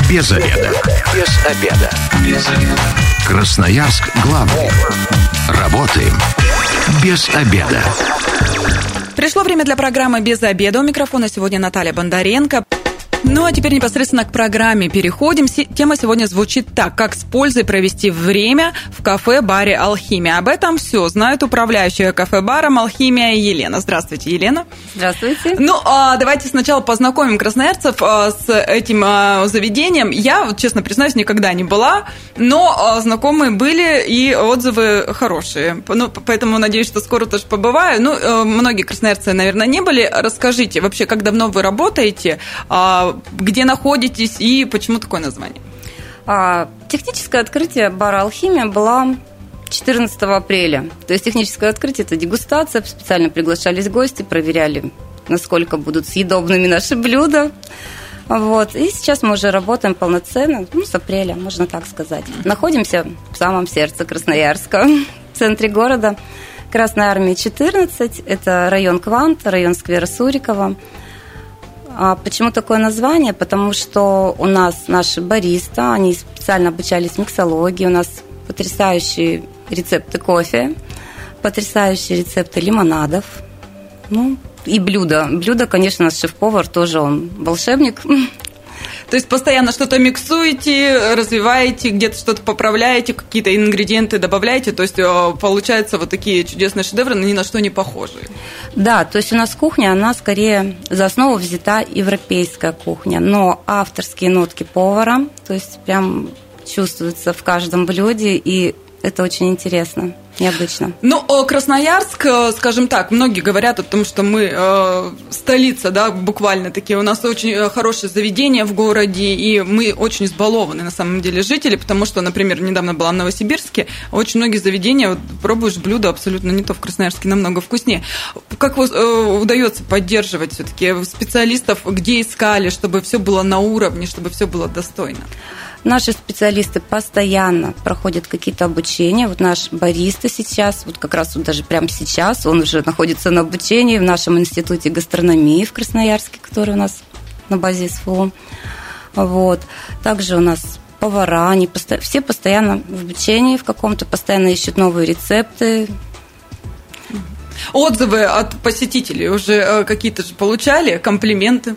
Без обеда. Без обеда. Без обеда. Красноярск главный. Работаем без обеда. Пришло время для программы «Без обеда». У микрофона сегодня Наталья Бондаренко. Ну, а теперь непосредственно к программе переходим. Тема сегодня звучит так: как с пользой провести время в кафе-баре «Алхимия». Об этом все знает управляющая кафе-баром «Алхимия» Елена. Здравствуйте, Елена. Здравствуйте. Ну, давайте сначала познакомим красноярцев с этим заведением. Я, вот, честно признаюсь, никогда не была, но знакомые были и отзывы хорошие. Ну, поэтому надеюсь, что скоро тоже побываю. Ну, многие красноярцы, наверное, не были. Расскажите, вообще, как давно вы работаете, где находитесь и почему такое название? Техническое открытие бара «Алхимия» было 14 апреля. То есть техническое открытие – это дегустация. Специально приглашались гости, проверяли, насколько будут съедобными наши блюда. Вот. И сейчас мы уже работаем полноценно, с апреля, можно так сказать. Находимся в самом сердце Красноярска, в центре города. Красной Армии 14, это район Квант, район сквера Сурикова. Почему такое название? Потому что у нас наши бариста, они специально обучались миксологии, у нас потрясающие рецепты кофе, потрясающие рецепты лимонадов, ну и блюда. Блюда, конечно, наш шеф-повар тоже, он волшебник. То есть постоянно что-то миксуете, развиваете, где-то что-то поправляете, какие-то ингредиенты добавляете, то есть получаются вот такие чудесные шедевры, но ни на что не похожие. Да, то есть у нас кухня, она скорее за основу взята европейская кухня, но авторские нотки повара, то есть прям чувствуются в каждом блюде, и это очень интересно. Необычно. Ну, Красноярск, скажем так, многие говорят о том, что мы столица, да, буквально такие. У нас очень хорошее заведение в городе, и мы очень избалованы, на самом деле, жители, потому что, например, недавно была в Новосибирске, очень многие заведения, вот, пробуешь блюдо абсолютно не то, в Красноярске намного вкуснее. Как удается поддерживать все-таки специалистов, где искали, чтобы все было на уровне, чтобы все было достойно? Наши специалисты постоянно проходят какие-то обучения. Вот наш бариста сейчас, вот как раз вот даже прямо сейчас, он уже находится на обучении в нашем институте гастрономии в Красноярске, который у нас на базе СФУ. Вот. Также у нас повара, они все постоянно в обучении в каком-то, постоянно ищут новые рецепты. Отзывы от посетителей уже какие-то же получали, комплименты?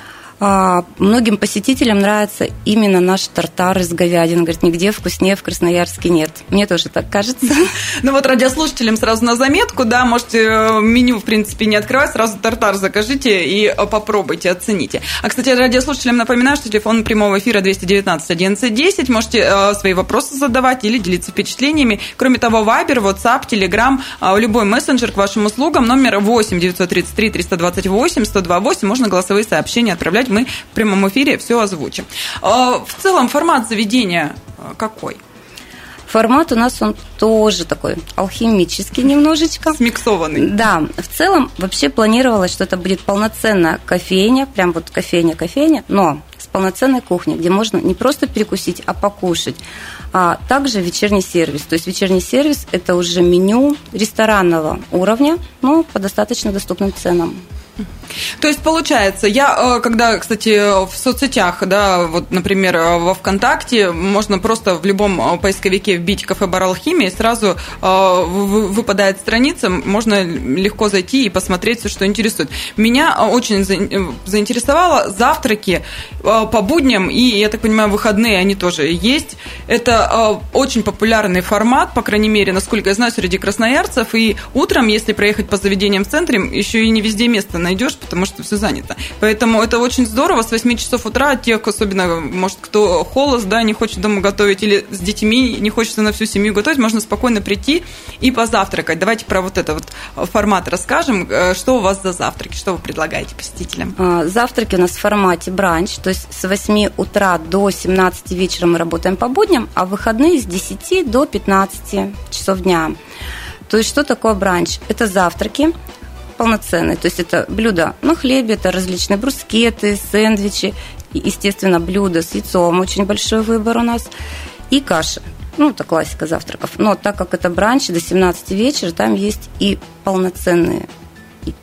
Многим посетителям нравится именно наш тартар из говядины. Говорит, нигде вкуснее в Красноярске нет. Мне тоже так кажется. Ну вот радиослушателям сразу на заметку, да, можете меню, в принципе, не открывать, сразу тартар закажите и попробуйте, оцените. А, кстати, радиослушателям напоминаю, что телефон прямого эфира 219 11 10. Можете свои вопросы задавать или делиться впечатлениями. Кроме того, Viber, WhatsApp, Telegram, любой мессенджер к вашим услугам. Номер 8 933 328 128. Можно голосовые сообщения отправлять. Мы в прямом эфире все озвучим. В целом формат заведения какой? Формат у нас он тоже такой алхимический немножечко. Смиксованный. Да. В целом вообще планировалось, что это будет полноценная кофейня, прям вот кофейня, но с полноценной кухней, где можно не просто перекусить, а покушать. А также вечерний сервис. То есть вечерний сервис – это уже меню ресторанного уровня, но по достаточно доступным ценам. То есть, получается, я, когда, кстати, в соцсетях, да, вот, например, во ВКонтакте, можно просто в любом поисковике вбить «Кафе-бар Алхимия», и сразу выпадает страница, можно легко зайти и посмотреть все, что интересует. Меня очень заинтересовало завтраки по будням, и, я так понимаю, выходные они тоже есть. Это очень популярный формат, по крайней мере, насколько я знаю, среди красноярцев, и утром, если проехать по заведениям в центре, еще и не везде место найдешь, потому что все занято. Поэтому это очень здорово с 8 часов утра, тех, особенно, может, кто холост, да, не хочет дома готовить, или с детьми не хочется на всю семью готовить, можно спокойно прийти и позавтракать. Давайте про вот этот вот формат расскажем. Что у вас за завтраки, что вы предлагаете посетителям? Завтраки у нас в формате бранч, то есть с 8 утра до 17 вечера мы работаем по будням, а в выходные с 10 до 15 часов дня. То есть что такое бранч? Это завтраки полноценные, то есть это блюда на хлебе, это различные брускеты, сэндвичи, естественно, блюда с яйцом, очень большой выбор у нас, и каши. Ну, это классика завтраков. Но так как это бранч до 17 вечера, там есть и полноценные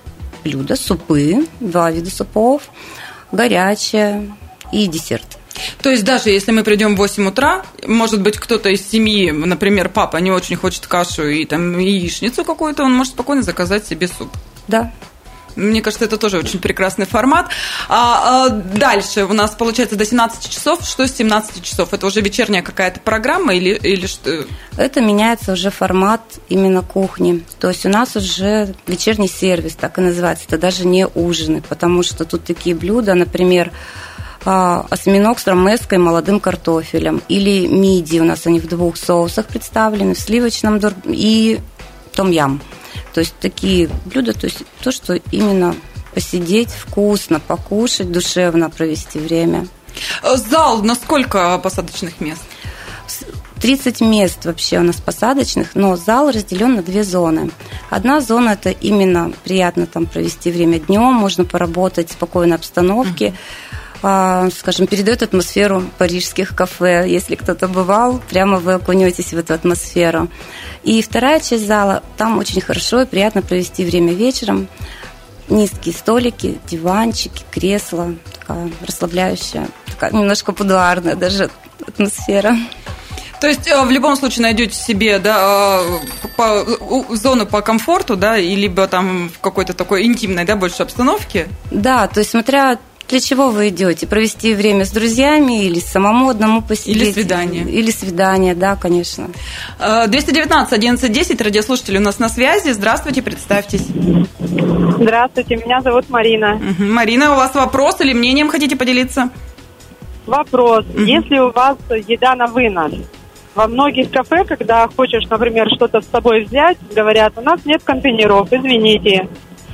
блюда, супы, 2 вида супов, горячее и десерт. То есть даже если мы придем в 8 утра, может быть, кто-то из семьи, например, папа не очень хочет кашу и там яичницу какую-то, он может спокойно заказать себе суп. Да. Мне кажется, это тоже очень прекрасный формат. Дальше у нас получается до 17 часов. Что с 17 часов? Это уже вечерняя какая-то программа или что? Это меняется уже формат именно кухни. То есть у нас уже вечерний сервис, так и называется. Это даже не ужины, потому что тут такие блюда, например, осьминог с ромеской молодым картофелем. Или мидии, у нас они в 2 соусах представлены, в сливочном и том-ям. То есть такие блюда, то есть то, что именно посидеть вкусно, покушать, душевно провести время. Зал на сколько посадочных мест? 30 мест вообще у нас посадочных, но зал разделен на 2 зоны. Одна зона – это именно приятно там провести время днем, можно поработать в спокойной обстановке. Скажем, передает атмосферу парижских кафе. Если кто-то бывал, прямо вы окунетесь в эту атмосферу. И вторая часть зала, там очень хорошо и приятно провести время вечером. Низкие столики, диванчики, кресла, такая расслабляющая, такая немножко будуарная даже атмосфера. То есть в любом случае найдете себе, да, зону по комфорту, да, и либо там в какой-то такой интимной, да, больше обстановке? Да, то есть смотря для чего вы идете? Провести время с друзьями или самому одному посидеть? Или свидание. Или свидание, да, конечно. 219-11-10, радиослушатели у нас на связи. Здравствуйте, представьтесь. Здравствуйте, меня зовут Марина. Марина, у вас вопрос или мнением хотите поделиться? Вопрос. Если у вас еда на вынос, во многих кафе, когда хочешь, например, что-то с собой взять, говорят, у нас нет контейнеров, извините.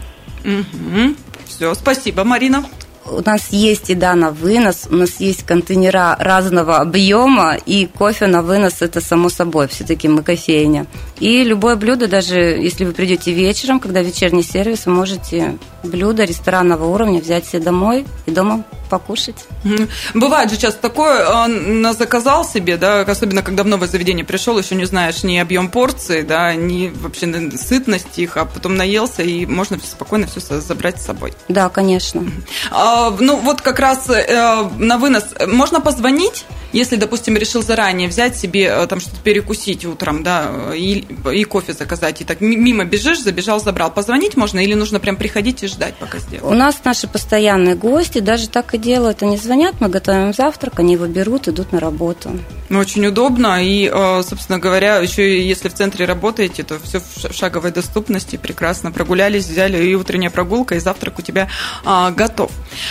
Все, спасибо, Марина. У нас есть еда на вынос, у нас есть контейнера разного объема, и кофе на вынос – это само собой, все-таки мы кофейня. И любое блюдо, даже если вы придете вечером, когда вечерний сервис, вы можете блюдо ресторанного уровня взять себе домой и дома покушать. Бывает же часто такое, заказал себе, да, особенно когда в новое заведение пришел, еще не знаешь ни объем порции, да, ни вообще сытность их, а потом наелся, и можно спокойно все забрать с собой. Да, конечно. Ну, вот как раз на вынос можно позвонить, если, допустим, решил заранее взять себе там что-то перекусить утром, да, и кофе заказать, и так мимо бежишь, забежал, забрал. Позвонить можно или нужно прям приходить и ждать, пока сделают? У нас наши постоянные гости даже так и делают. Они звонят, мы готовим завтрак, они его берут, идут на работу. Ну, очень удобно. И, собственно говоря, еще если в центре работаете, то все в шаговой доступности. Прекрасно прогулялись, взяли и утренняя прогулка, и завтрак у тебя готов.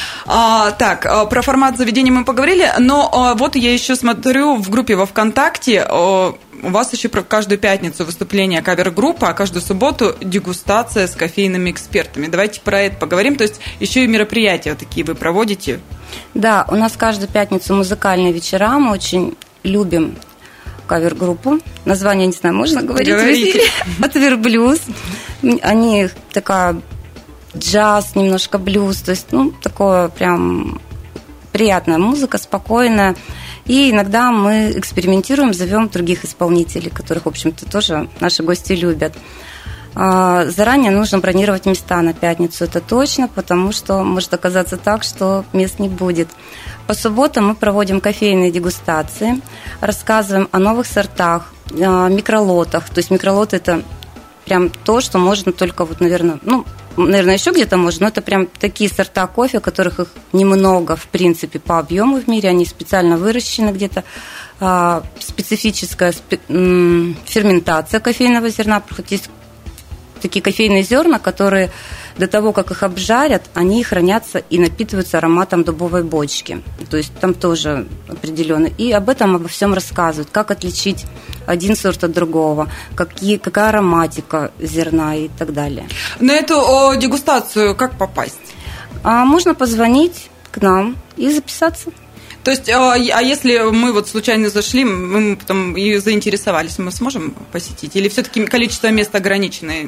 Так, про формат заведения мы поговорили, но вот я еще смотрю в группе во ВКонтакте, у вас еще каждую пятницу выступление кавер-группы, а каждую субботу дегустация с кофейными экспертами. Давайте про это поговорим. То есть еще и мероприятия такие вы проводите? Да, у нас каждую пятницу музыкальные вечера. Мы очень любим кавер-группу. Название, не знаю, можно говорить в эфире? От Верблюз. Они такая джаз, немножко блюз. То есть, ну, такое прям приятная музыка, спокойная. И иногда мы экспериментируем, зовем других исполнителей, которых, в общем-то, тоже наши гости любят. Заранее нужно бронировать места на пятницу, это точно, потому что может оказаться так, что мест не будет. По субботам мы проводим кофейные дегустации, рассказываем о новых сортах, микролотах. То есть микролот – это прям то, что можно только, вот, наверное, еще где-то можно, но это прям такие сорта кофе, которых их немного, в принципе, по объему в мире, они специально выращены где-то, специфическая ферментация кофейного зерна, есть такие кофейные зерна, которые до того, как их обжарят, они хранятся и напитываются ароматом дубовой бочки. То есть там тоже определенно. И обо всем рассказывают, как отличить один сорт от другого, какая ароматика зерна и так далее. На эту дегустацию как попасть? Можно позвонить к нам и записаться. То есть, а если мы вот случайно зашли, мы потом и заинтересовались, мы сможем посетить? Или все-таки количество мест ограниченное?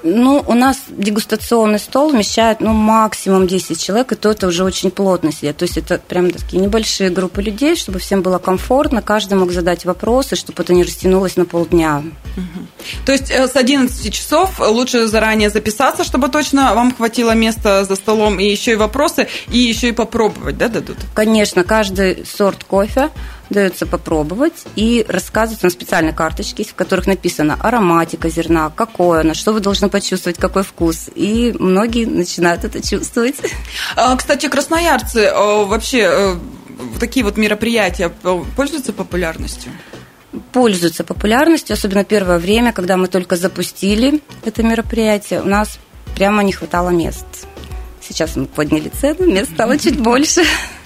Ну, у нас дегустационный стол вмещает, максимум 10 человек, и то это уже очень плотно сидят. То есть это прям такие небольшие группы людей, чтобы всем было комфортно, каждый мог задать вопросы, чтобы это не растянулось на полдня. То есть с 11 часов лучше заранее записаться, чтобы точно вам хватило места за столом, и еще и вопросы, и еще и попробовать, да, дадут? Конечно, каждый сорт кофе дается попробовать и рассказывается на специальной карточке, в которых написано ароматика зерна, какое оно, что вы должны почувствовать, какой вкус. И многие начинают это чувствовать. Кстати, красноярцы вообще такие вот мероприятия пользуются популярностью? Пользуются популярностью, особенно первое время, когда мы только запустили это мероприятие, у нас прямо не хватало мест. Сейчас мы подняли цену, мест стало чуть больше.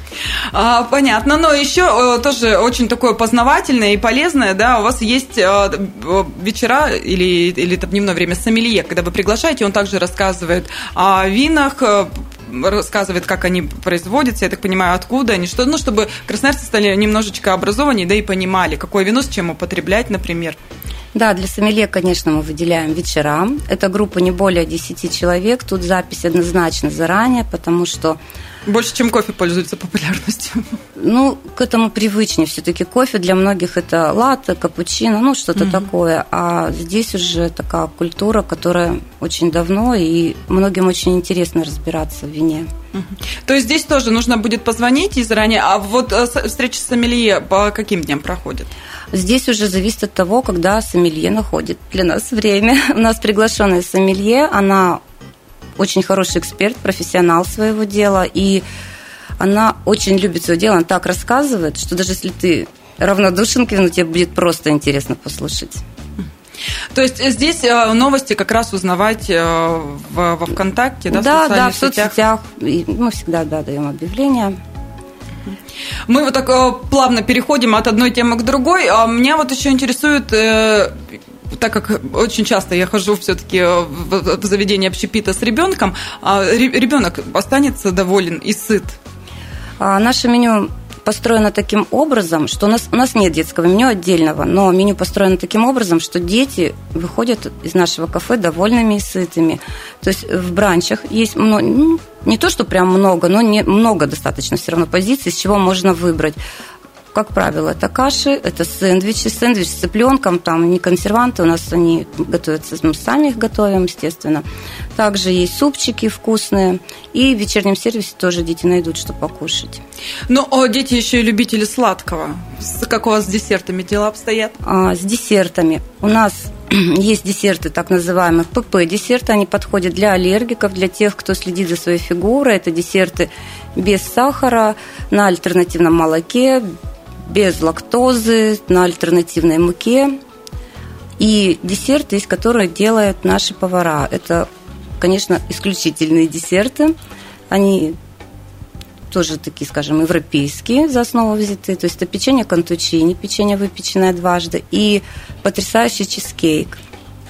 Понятно, но еще тоже очень такое познавательное и полезное, да, у вас есть вечера или там дневное время сомелье, когда вы приглашаете, он также рассказывает о винах, рассказывает, как они производятся, я так понимаю, откуда они, что, чтобы красноярцы стали немножечко образованнее, да и понимали, какое вино с чем употреблять, например. Да, для сомелье, конечно, мы выделяем вечера. Это группа не более 10 человек. Тут запись однозначно заранее, потому что... Больше, чем кофе, пользуется популярностью. К этому привычнее. Все-таки кофе для многих это латте, капучино, что-то такое. А здесь уже такая культура, которая очень давно, и многим очень интересно разбираться в вине. То есть здесь тоже нужно будет позвонить и заранее. А вот встреча с сомелье по каким дням проходит? Здесь уже зависит от того, когда сомелье находит для нас время. У нас приглашенная сомелье, она очень хороший эксперт, профессионал своего дела, и она очень любит свое дело, она так рассказывает, что даже если ты равнодушен к вину, тебе будет просто интересно послушать. То есть здесь новости как раз узнавать во ВКонтакте, да, в соцсетях. Мы всегда даем объявления. Мы вот так плавно переходим от одной темы к другой. Меня вот еще интересует, так как очень часто я хожу все-таки в заведение общепита с ребенком, ребенок останется доволен и сыт? Наше меню построено таким образом, что у нас нет детского меню отдельного, но меню построено таким образом, что дети выходят из нашего кафе довольными и сытыми. То есть в бранчах есть не то, что прям много, но много достаточно все равно позиций, с чего можно выбрать. Как правило, это каши, это сэндвичи. Сэндвич с цыпленком, там не консерванты, у нас они готовятся, мы сами их готовим, естественно. Также есть супчики вкусные. И в вечернем сервисе тоже дети найдут, что покушать. Дети еще и любители сладкого. Как у вас с десертами дела обстоят? С десертами. У нас есть десерты, так называемые ПП-десерты. Они подходят для аллергиков, для тех, кто следит за своей фигурой. Это десерты без сахара, на альтернативном молоке, без лактозы, на альтернативной муке. И десерты есть, которые делают наши повара. Это, конечно, исключительные десерты. Они тоже такие, скажем, европейские за основу взяты. То есть это печенье контучини, печенье, выпеченное дважды, и потрясающий чизкейк.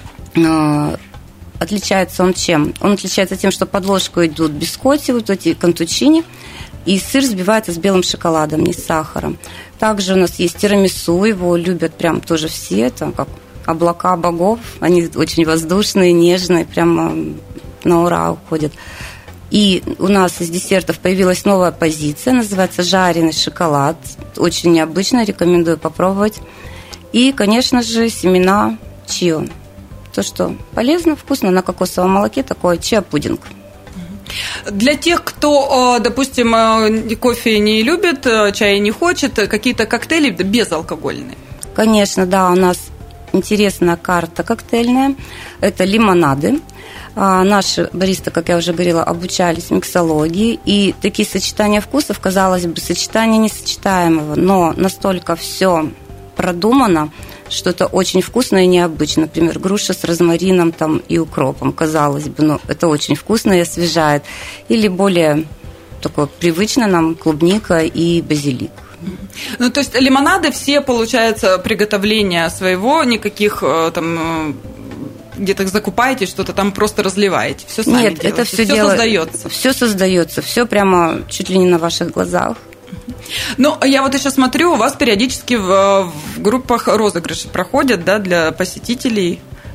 Отличается он чем? Он отличается тем, что под ложку идут бискотти, вот эти контучини, и сыр взбивается с белым шоколадом, не с сахаром. Также у нас есть тирамису, его любят прям тоже все, это как облака богов, они очень воздушные, нежные, прямо на ура уходят. И у нас из десертов появилась новая позиция, называется жареный шоколад, очень необычно, рекомендую попробовать. И, конечно же, семена чио. То, что полезно, вкусно, на кокосовом молоке, такой чиа-пудинг. Для тех, кто, допустим, кофе не любит, чая не хочет, какие-то коктейли безалкогольные? Конечно, да, у нас интересная карта коктейльная. Это лимонады. Наши баристы, как я уже говорила, обучались миксологии. И такие сочетания вкусов, казалось бы, сочетания несочетаемого, но настолько все продумано, что это очень вкусно и необычно. Например, груша с розмарином там, и укропом, казалось бы, но это очень вкусно и освежает. Или более такое привычно нам клубника и базилик. То есть лимонады все, получается, приготовления своего, никаких там где-то закупаете, что-то там просто разливаете, все сами делаете? Нет, это все создается. Все создается, все прямо чуть ли не на ваших глазах. Я вот еще смотрю, у вас периодически в группах розыгрыши проходят, да, для посетителей.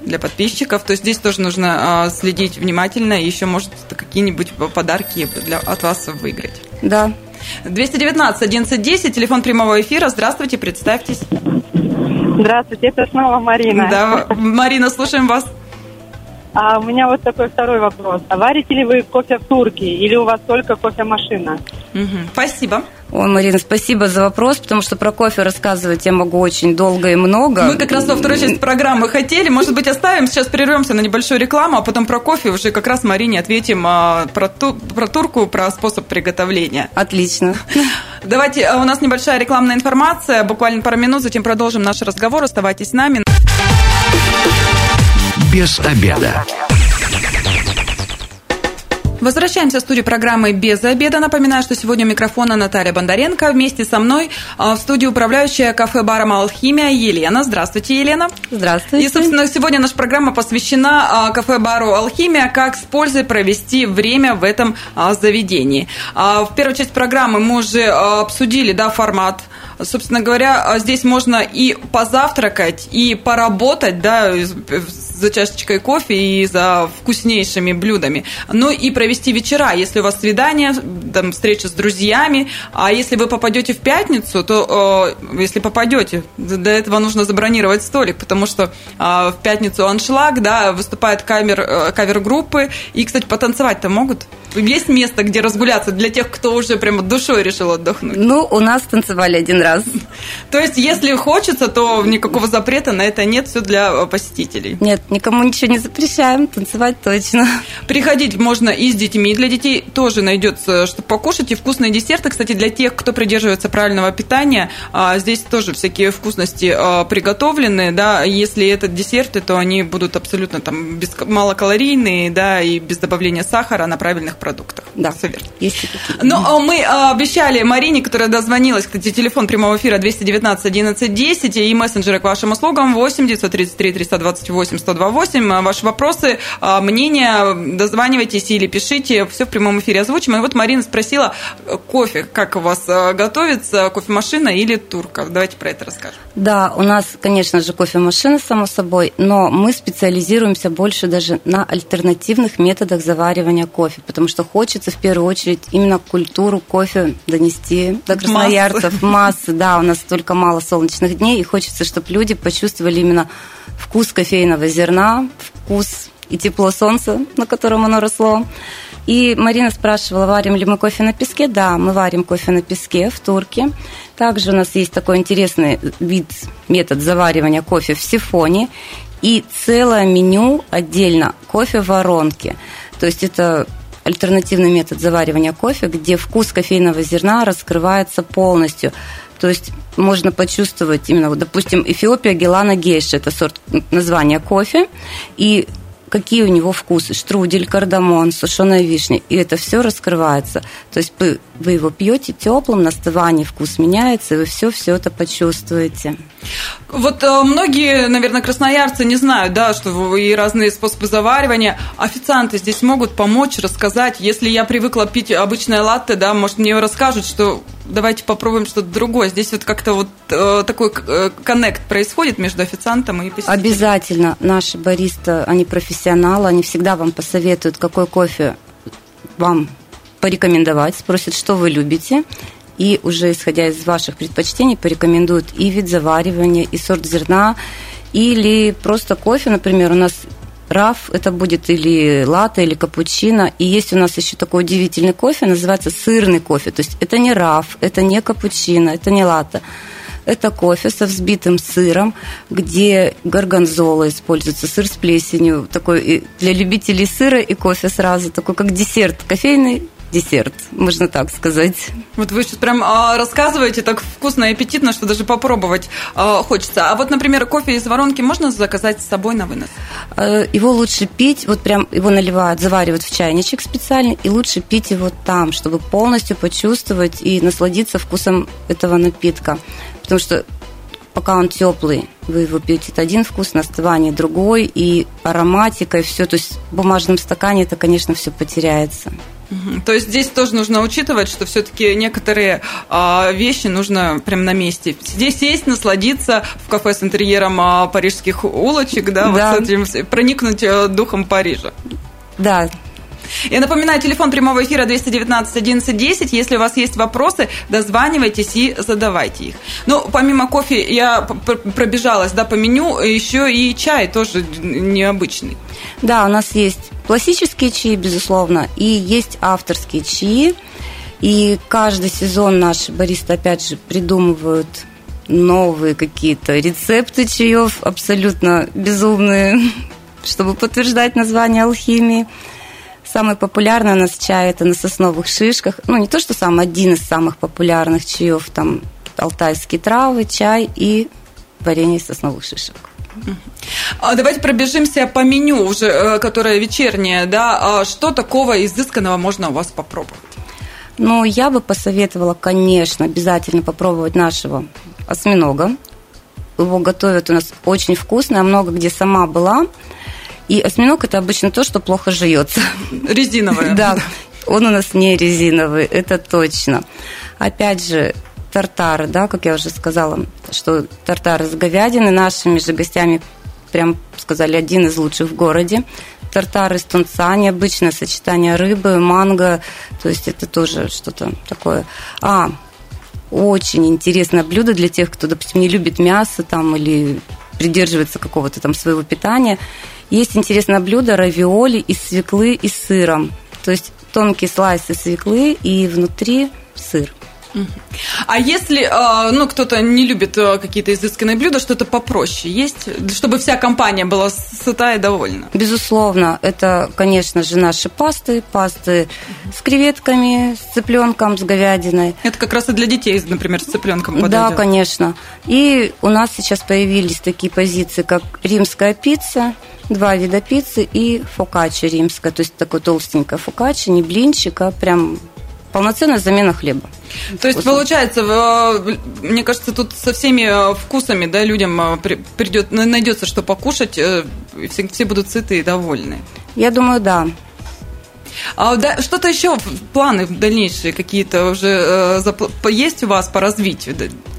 для подписчиков. То есть здесь тоже нужно следить внимательно, и еще, может, какие-нибудь подарки от вас выиграть. Да. 219-11-10, телефон прямого эфира. Здравствуйте, представьтесь. Здравствуйте, это снова Марина. Да, Марина, слушаем вас. У меня вот такой второй вопрос. Варите ли вы кофе в турке или у вас только кофемашина? Спасибо. Ой, Марина, спасибо за вопрос, потому что про кофе рассказывать я могу очень долго и много. Мы как раз во второй части программы хотели. Может быть, оставим, сейчас прервемся на небольшую рекламу, а потом про кофе уже как раз Марине ответим про турку, про способ приготовления. Отлично. Давайте, у нас небольшая рекламная информация, буквально пару минут, затем продолжим наш разговор. Оставайтесь с нами. Без обеда. Возвращаемся в студию программы «Без обеда». Напоминаю, что сегодня у микрофона Наталья Бондаренко. Вместе со мной в студии управляющая кафе-баром «Алхимия» Елена. Здравствуйте, Елена. Здравствуйте. И, собственно, сегодня наша программа посвящена кафе-бару «Алхимия», как с пользой провести время в этом заведении. В первой части программы мы уже обсудили, формат. Собственно говоря, здесь можно и позавтракать, и поработать, за чашечкой кофе и за вкуснейшими блюдами. Ну и провести вечера, если у вас свидание, встреча с друзьями. А если вы попадете в пятницу, то если попадете, до этого нужно забронировать столик, потому что в пятницу аншлаг, выступают кавер-группы. И, кстати, потанцевать-то могут? Есть место, где разгуляться для тех, кто уже прямо душой решил отдохнуть? У нас танцевали один раз. То есть, если хочется, то никакого запрета на это нет, все для посетителей? Нет, никому ничего не запрещаем, танцевать точно. Приходить можно и с детьми. Для детей тоже найдется, что покушать, и вкусные десерты. Кстати, для тех, кто придерживается правильного питания, здесь тоже всякие вкусности приготовлены. Если это десерты, то они будут абсолютно малокалорийные, и без добавления сахара на правильных продуктах. Да, есть и такие. Но мы обещали Марине, которая дозвонилась, кстати, телефон прямого эфира 219-11-10 и мессенджеры к вашим услугам 8-933-328-128. Ваши вопросы, мнения, дозванивайтесь или пишите, все в прямом эфире озвучим. И вот Марина спросила, кофе, как у вас готовится, кофемашина или турка? Давайте про это расскажем. Да, у нас, конечно же, кофемашина, само собой, но мы специализируемся больше даже на альтернативных методах заваривания кофе, потому что хочется в первую очередь именно культуру кофе донести до красноярцев, массы. Да, у нас столько мало солнечных дней, и хочется, чтобы люди почувствовали именно вкус кофейного зерна, вкус и тепло солнца, на котором оно росло. И Марина спрашивала, варим ли мы кофе на песке. Да, мы варим кофе на песке в турке. Также у нас есть такой интересный метод заваривания кофе в сифоне. И целое меню отдельно кофе в воронке. То есть это альтернативный метод заваривания кофе, где вкус кофейного зерна раскрывается полностью. То есть можно почувствовать именно, допустим, Эфиопия Гелана Гейша, это сорт названия кофе, и какие у него вкусы: штрудель, кардамон, сушеная вишня, и это все раскрывается. То есть вы его пьете теплым, на остывании вкус меняется, и вы все это почувствуете. Вот многие, наверное, красноярцы не знают, что и разные способы заваривания. Официанты здесь могут помочь, рассказать. Если я привыкла пить обычное латте, может, мне расскажут, что давайте попробуем что-то другое. Здесь вот как-то такой коннект происходит между официантом и посетителем. Обязательно. Наши баристы, они профессионалы, они всегда вам посоветуют, какой кофе вам порекомендовать, спросят, что вы любите, и уже исходя из ваших предпочтений порекомендуют и вид заваривания, и сорт зерна, или просто кофе, например, у нас раф, это будет или латте, или капучино, и есть у нас еще такой удивительный кофе, называется сырный кофе, то есть это не раф, это не капучино, это не латте. Это кофе со взбитым сыром, где горгонзола используется, сыр с плесенью, такой для любителей сыра и кофе сразу, такой как десерт, кофейный десерт, можно так сказать. Вот вы сейчас прям рассказываете так вкусно и аппетитно, что даже попробовать хочется. А вот, например, кофе из воронки можно заказать с собой на вынос? Его лучше пить, вот прям его наливают, заваривают в чайничек специальный, и лучше пить его там, чтобы полностью почувствовать и насладиться вкусом этого напитка. Потому что пока он теплый, вы его пьете один вкус, на остывании другой, и ароматика, и все. То есть в бумажном стакане это, конечно, все потеряется. То есть здесь тоже нужно учитывать, что все-таки некоторые вещи нужно прям на месте. Здесь сесть, насладиться в кафе с интерьером парижских улочек, да. Вот с этим, проникнуть духом Парижа. Да. Я напоминаю, телефон прямого эфира 219 11 10. Если у вас есть вопросы, дозванивайтесь и задавайте их. Ну, помимо кофе, я пробежалась, да, по меню, еще и чай тоже необычный. Да, у нас есть классические чаи, безусловно, и есть авторские чаи. И каждый сезон наши баристы, опять же, придумывают новые какие-то рецепты чаев, абсолютно безумные, чтобы подтверждать название алхимии. Самый популярный у нас чай – это на сосновых шишках. Ну, не то, что один из самых популярных чаев, там алтайские травы, чай и варенье из сосновых шишек. Давайте пробежимся по меню уже, которое вечернее, да. Что такого изысканного можно у вас попробовать? Ну, я бы посоветовала, конечно, обязательно попробовать нашего осьминога. Его готовят у нас очень вкусно, я много где сама была. И осьминог – это обычно то, что плохо жуется. Резиновый. Да, он у нас не резиновый, это точно. Опять же, тартары, да, как я уже сказала, что тартары с говядиной нашими же гостями, прям сказали, один из лучших в городе. Тартары с тунца, необычное сочетание рыбы, манго, то есть это тоже что-то такое. Очень интересное блюдо для тех, кто, допустим, не любит мясо там, или придерживается какого-то там своего питания. Есть интересное блюдо равиоли из свеклы и с сыром. То есть тонкие слайсы свеклы и внутри сыр. А если кто-то не любит какие-то изысканные блюда, что-то попроще есть, чтобы вся компания была сыта и довольна? Безусловно, это, конечно же, наши пасты с креветками, с цыпленком, с говядиной. Это как раз и для детей, например, с цыпленком подойдет. Да, конечно. И у нас сейчас появились такие позиции, как римская пицца, 2 вида пиццы и фокаччо римская, то есть такое толстенькое фокаччо, не блинчик, а прям полноценная замена хлеба. То есть, получается, мне кажется, тут со всеми вкусами, да, людям найдется, что покушать, и все будут сыты и довольны. Я думаю, да. Что-то еще, планы дальнейшие какие-то уже есть у вас по развитию?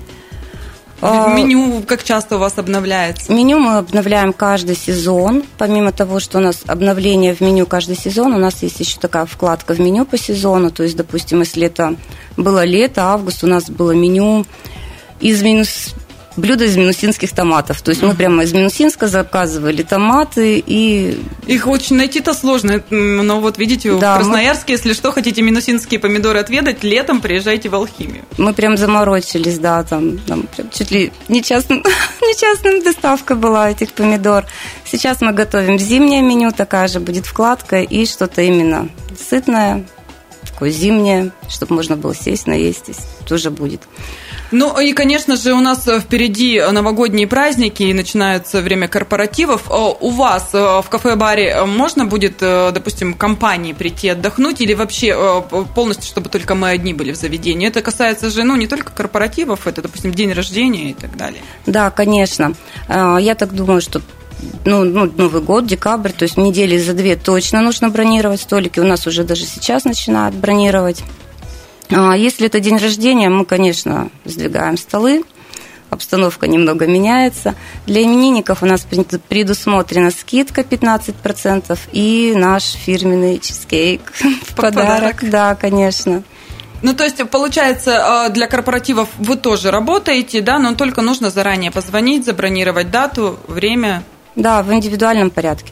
Меню как часто у вас обновляется? Меню мы обновляем каждый сезон. Помимо того, что у нас обновление в меню каждый сезон, у нас есть еще такая вкладка в меню по сезону. То есть, допустим, если это было лето, август, у нас было меню блюдо из минусинских томатов. То есть мы прямо из Минусинска заказывали томаты и... Их очень найти-то сложно. Но вот видите, в Красноярске, если что, хотите минусинские помидоры отведать, летом приезжайте в Алхимию. Мы прям заморочились, да, там прям чуть ли не частная доставка была этих помидор. Сейчас мы готовим зимнее меню, такая же будет вкладка, и что-то именно сытное, такое зимнее, чтобы можно было сесть, наестись, тоже будет. Ну и, конечно же, у нас впереди новогодние праздники и начинается время корпоративов. У вас в кафе-баре можно будет, допустим, компании прийти отдохнуть или вообще полностью, чтобы только мы одни были в заведении? Это касается же, не только корпоративов, это, допустим, день рождения и так далее. Да, конечно. Я так думаю, что Новый год, декабрь, то есть недели за 2 точно нужно бронировать столики. У нас уже даже сейчас начинают бронировать. Если это день рождения, мы, конечно, сдвигаем столы, обстановка немного меняется. Для именинников у нас предусмотрена скидка 15% и наш фирменный чизкейк в подарок. Да, конечно. То есть, получается, для корпоративов вы тоже работаете, да, но только нужно заранее позвонить, забронировать дату, время. Да, в индивидуальном порядке.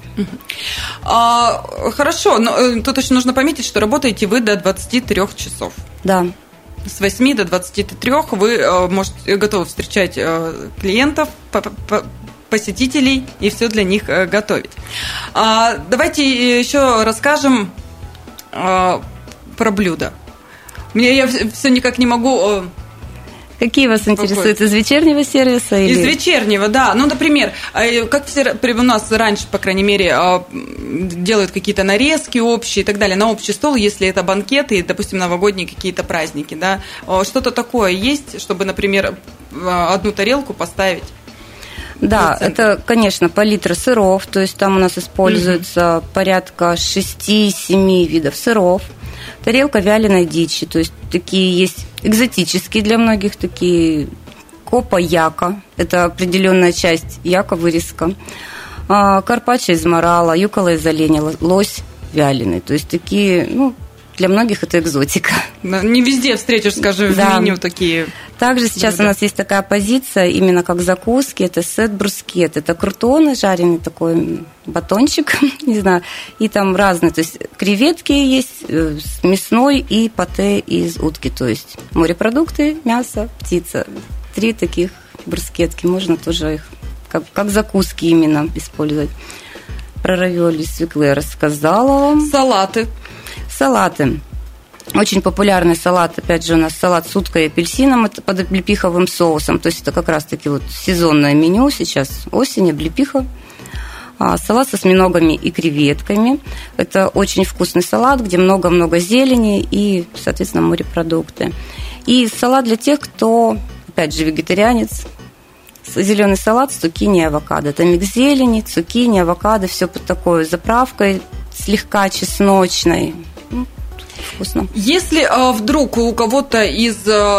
Хорошо, но тут еще нужно пометить, что работаете вы до 23 часов. Да. С 8 до 23 вы готовы встречать клиентов, посетителей и все для них готовить. Давайте еще расскажем про блюда. Я все никак не могу... Какие вас интересуют? Из вечернего сервиса? Или... Из вечернего, да. Например, как все у нас раньше, по крайней мере, делают какие-то нарезки общие и так далее, на общий стол, если это банкеты, допустим, новогодние какие-то праздники, да. Что-то такое есть, чтобы, например, одну тарелку поставить? Да, это, конечно, палитра сыров, то есть там у нас используется порядка 6-7 видов сыров. тарелка вяленой дичи. То есть такие есть экзотические для многих, такие копа яка. Это определенная часть яка, вырезка. Карпаччо из морала, юкола из оленя, лось вяленый. То есть такие, для многих это экзотика. Не везде встретишь, скажем, в меню такие. Также сейчас у нас есть такая позиция, именно как закуски, это сет-брускет, это крутоны, жареный такой батончик, не знаю, и там разные, то есть креветки есть, мясной и патэ из утки, то есть морепродукты, мясо, птица. 3 таких брускетки, можно тоже их как закуски именно использовать. Про равиоли, свеклы я рассказала вам. Салаты. Очень популярный салат, опять же, у нас салат с уткой и апельсином под облепиховым соусом. То есть это как раз-таки вот сезонное меню. Сейчас осень, облепиха. Салат со осьминогами и креветками. Это очень вкусный салат, где много-много зелени и, соответственно, морепродукты. И салат для тех, кто, опять же, вегетарианец. Зеленый салат с цукини и авокадо. Это микс зелени, цукини, авокадо, все под такой заправкой, слегка чесночной. Вкусно. Если вдруг у кого-то из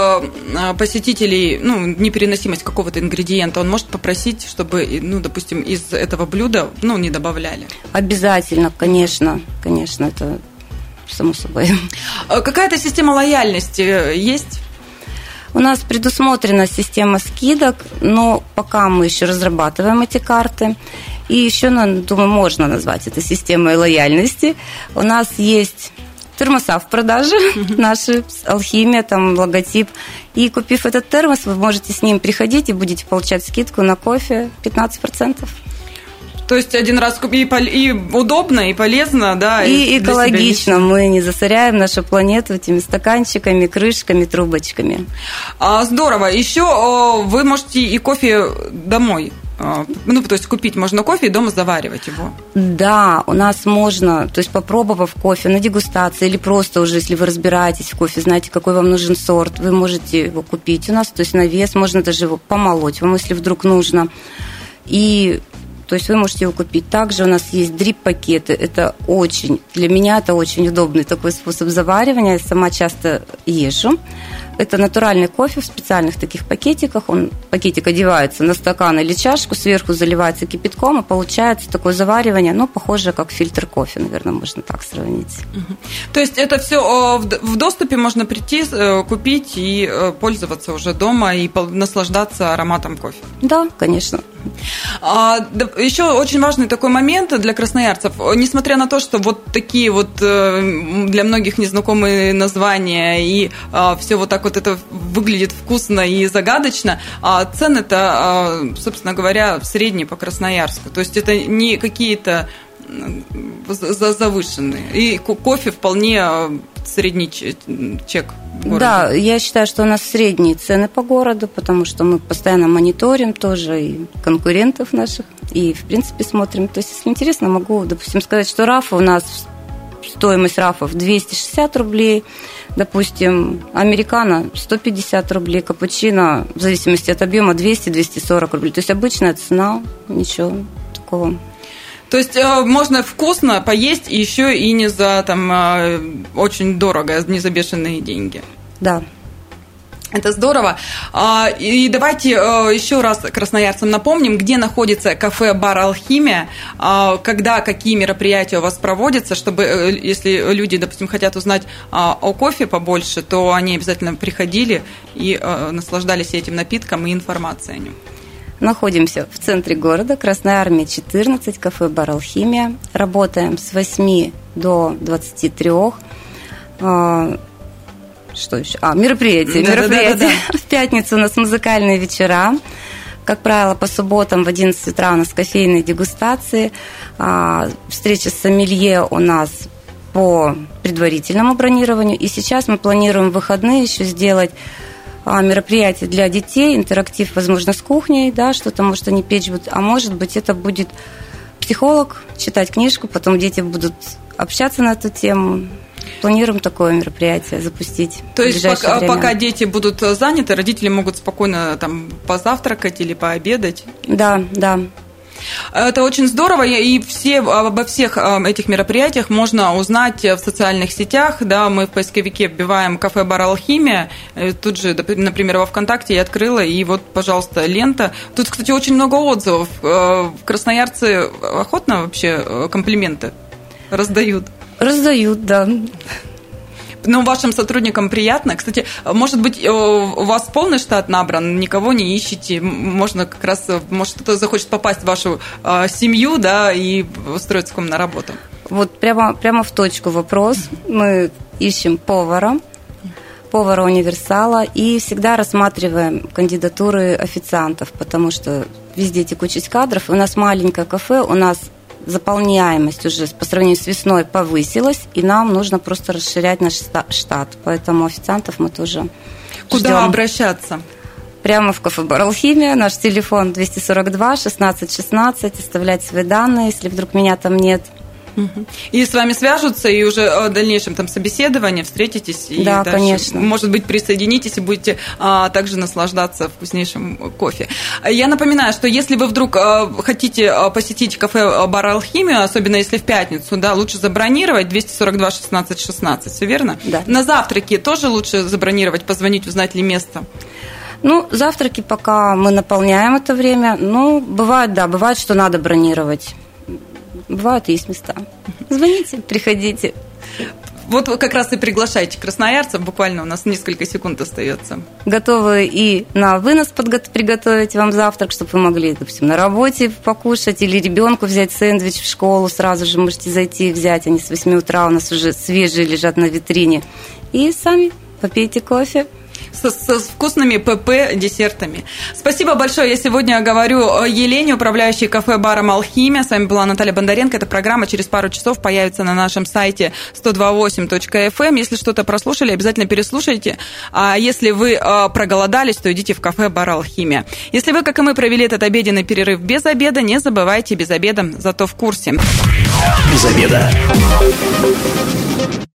посетителей непереносимость какого-то ингредиента, он может попросить, чтобы, допустим, из этого блюда не добавляли? Обязательно, конечно, это само собой. Какая-то система лояльности есть? У нас предусмотрена система скидок, но пока мы еще разрабатываем эти карты. И еще, думаю, можно назвать это системой лояльности. У нас есть термоса в продаже, наши, алхимия, там логотип. И купив этот термос, вы можете с ним приходить и будете получать скидку на кофе 15%. То есть один раз купить и удобно, и полезно, да? И экологично. Мы не засоряем нашу планету этими стаканчиками, крышками, трубочками. Здорово. Еще вы можете и кофе домой. То есть купить можно кофе и дома заваривать его. Да, у нас можно, то есть попробовав кофе на дегустации или просто уже, если вы разбираетесь в кофе, знаете, какой вам нужен сорт, вы можете его купить у нас, то есть на вес, можно даже его помолоть вам, если вдруг нужно. И то есть вы можете его купить. Также у нас есть дрип-пакеты. Это для меня это очень удобный такой способ заваривания. Я сама часто езжу. Это натуральный кофе в специальных таких пакетиках. Пакетик одевается на стакан или чашку, сверху заливается кипятком, и получается такое заваривание, похожее как фильтр кофе, наверное, можно так сравнить. То есть это все в доступе, можно прийти, купить и пользоваться уже дома и наслаждаться ароматом кофе? Да, конечно. Еще очень важный такой момент для красноярцев. Несмотря на то, что вот такие вот для многих незнакомые названия и все вот так вот это выглядит вкусно и загадочно, цены-то, собственно говоря, средние по Красноярску. То есть это не какие-то завышенные. И кофе вполне средний чек в городе. Да, я считаю, что у нас средние цены по городу, потому что мы постоянно мониторим тоже и конкурентов наших, и, в принципе, смотрим. То есть, если интересно, могу, допустим, сказать, что рафы у нас, стоимость рафов 260 рублей, допустим, американо 150 рублей, капучино, в зависимости от объема, 200-240 рублей. То есть, обычная цена, ничего такого. То есть можно вкусно поесть и еще и не за очень дорого, не за бешеные деньги. Да. Это здорово. И давайте еще раз красноярцам напомним, где находится кафе-бар «Алхимия», когда какие мероприятия у вас проводятся, чтобы, если люди, допустим, хотят узнать о кофе побольше, то они обязательно приходили и наслаждались этим напитком и информацией о нем. Находимся в центре города, Красная Армия, 14, кафе-бар «Алхимия». Работаем с 8 до 23. Что еще? Мероприятия. Да. В пятницу у нас музыкальные вечера. Как правило, по субботам в 11 утра у нас кофейные дегустации. Встреча с сомелье у нас по предварительному бронированию. И сейчас мы планируем в выходные еще сделать мероприятие для детей, интерактив, возможно, с кухней, да, что-то, может, они печь будут, а может быть, это будет психолог читать книжку, потом дети будут общаться на эту тему. Планируем такое мероприятие запустить. То есть пока дети будут заняты, родители могут спокойно там позавтракать или пообедать? Да. Это очень здорово, и обо всех этих мероприятиях можно узнать в социальных сетях. Да, мы в поисковике вбиваем «Кафе-бар Алхимия», тут же, например, во ВКонтакте я открыла, и вот, пожалуйста, лента. Тут, кстати, очень много отзывов. Красноярцы охотно вообще комплименты раздают? Раздают, да. Но вашим сотрудникам приятно. Кстати, может быть, у вас полный штат набран, никого не ищете, можно как раз, может, кто-то захочет попасть в вашу семью, да, и устроиться к вам на работу. Вот прямо в точку вопрос. Мы ищем повара-универсала, и всегда рассматриваем кандидатуры официантов, потому что везде текучесть кадров. У нас маленькое кафе, у нас заполняемость уже по сравнению с весной повысилась, и нам нужно просто расширять наш штат. Поэтому официантов мы тоже Куда ждем. обращаться? Прямо в кафе-бар Алхимия. Наш телефон 242 16 16. Оставлять свои данные, если вдруг меня там нет. И с вами свяжутся, и уже в дальнейшем там собеседование, встретитесь. И да, дальше, конечно. Может быть, присоединитесь и будете также наслаждаться вкуснейшим кофе. Я напоминаю, что если вы вдруг хотите посетить кафе-бар Алхимию, особенно если в пятницу, да, лучше забронировать 242 16 16, все верно? Да. На завтраки тоже лучше забронировать, позвонить, узнать ли место? Ну, завтраки пока мы наполняем это время. Ну, бывает, что надо бронировать. Бывают, есть места. Звоните, приходите. Вот вы как раз и приглашайте красноярцев, буквально у нас несколько секунд остается. Готовы и на вынос приготовить вам завтрак, чтобы вы могли, допустим, на работе покушать или ребенку взять сэндвич в школу, сразу же можете зайти и взять, они с 8 утра у нас уже свежие лежат на витрине. И сами попейте кофе. Со вкусными ПП-десертами. Спасибо большое. Я сегодня говорю Елене, управляющей кафе-баром «Алхимия». С вами была Наталья Бондаренко. Эта программа через пару часов появится на нашем сайте 102.8.fm. Если что-то прослушали, обязательно переслушайте. А если вы проголодались, то идите в кафе-бар «Алхимия». Если вы, как и мы, провели этот обеденный перерыв без обеда, не забывайте, без обеда, зато в курсе. Без обеда.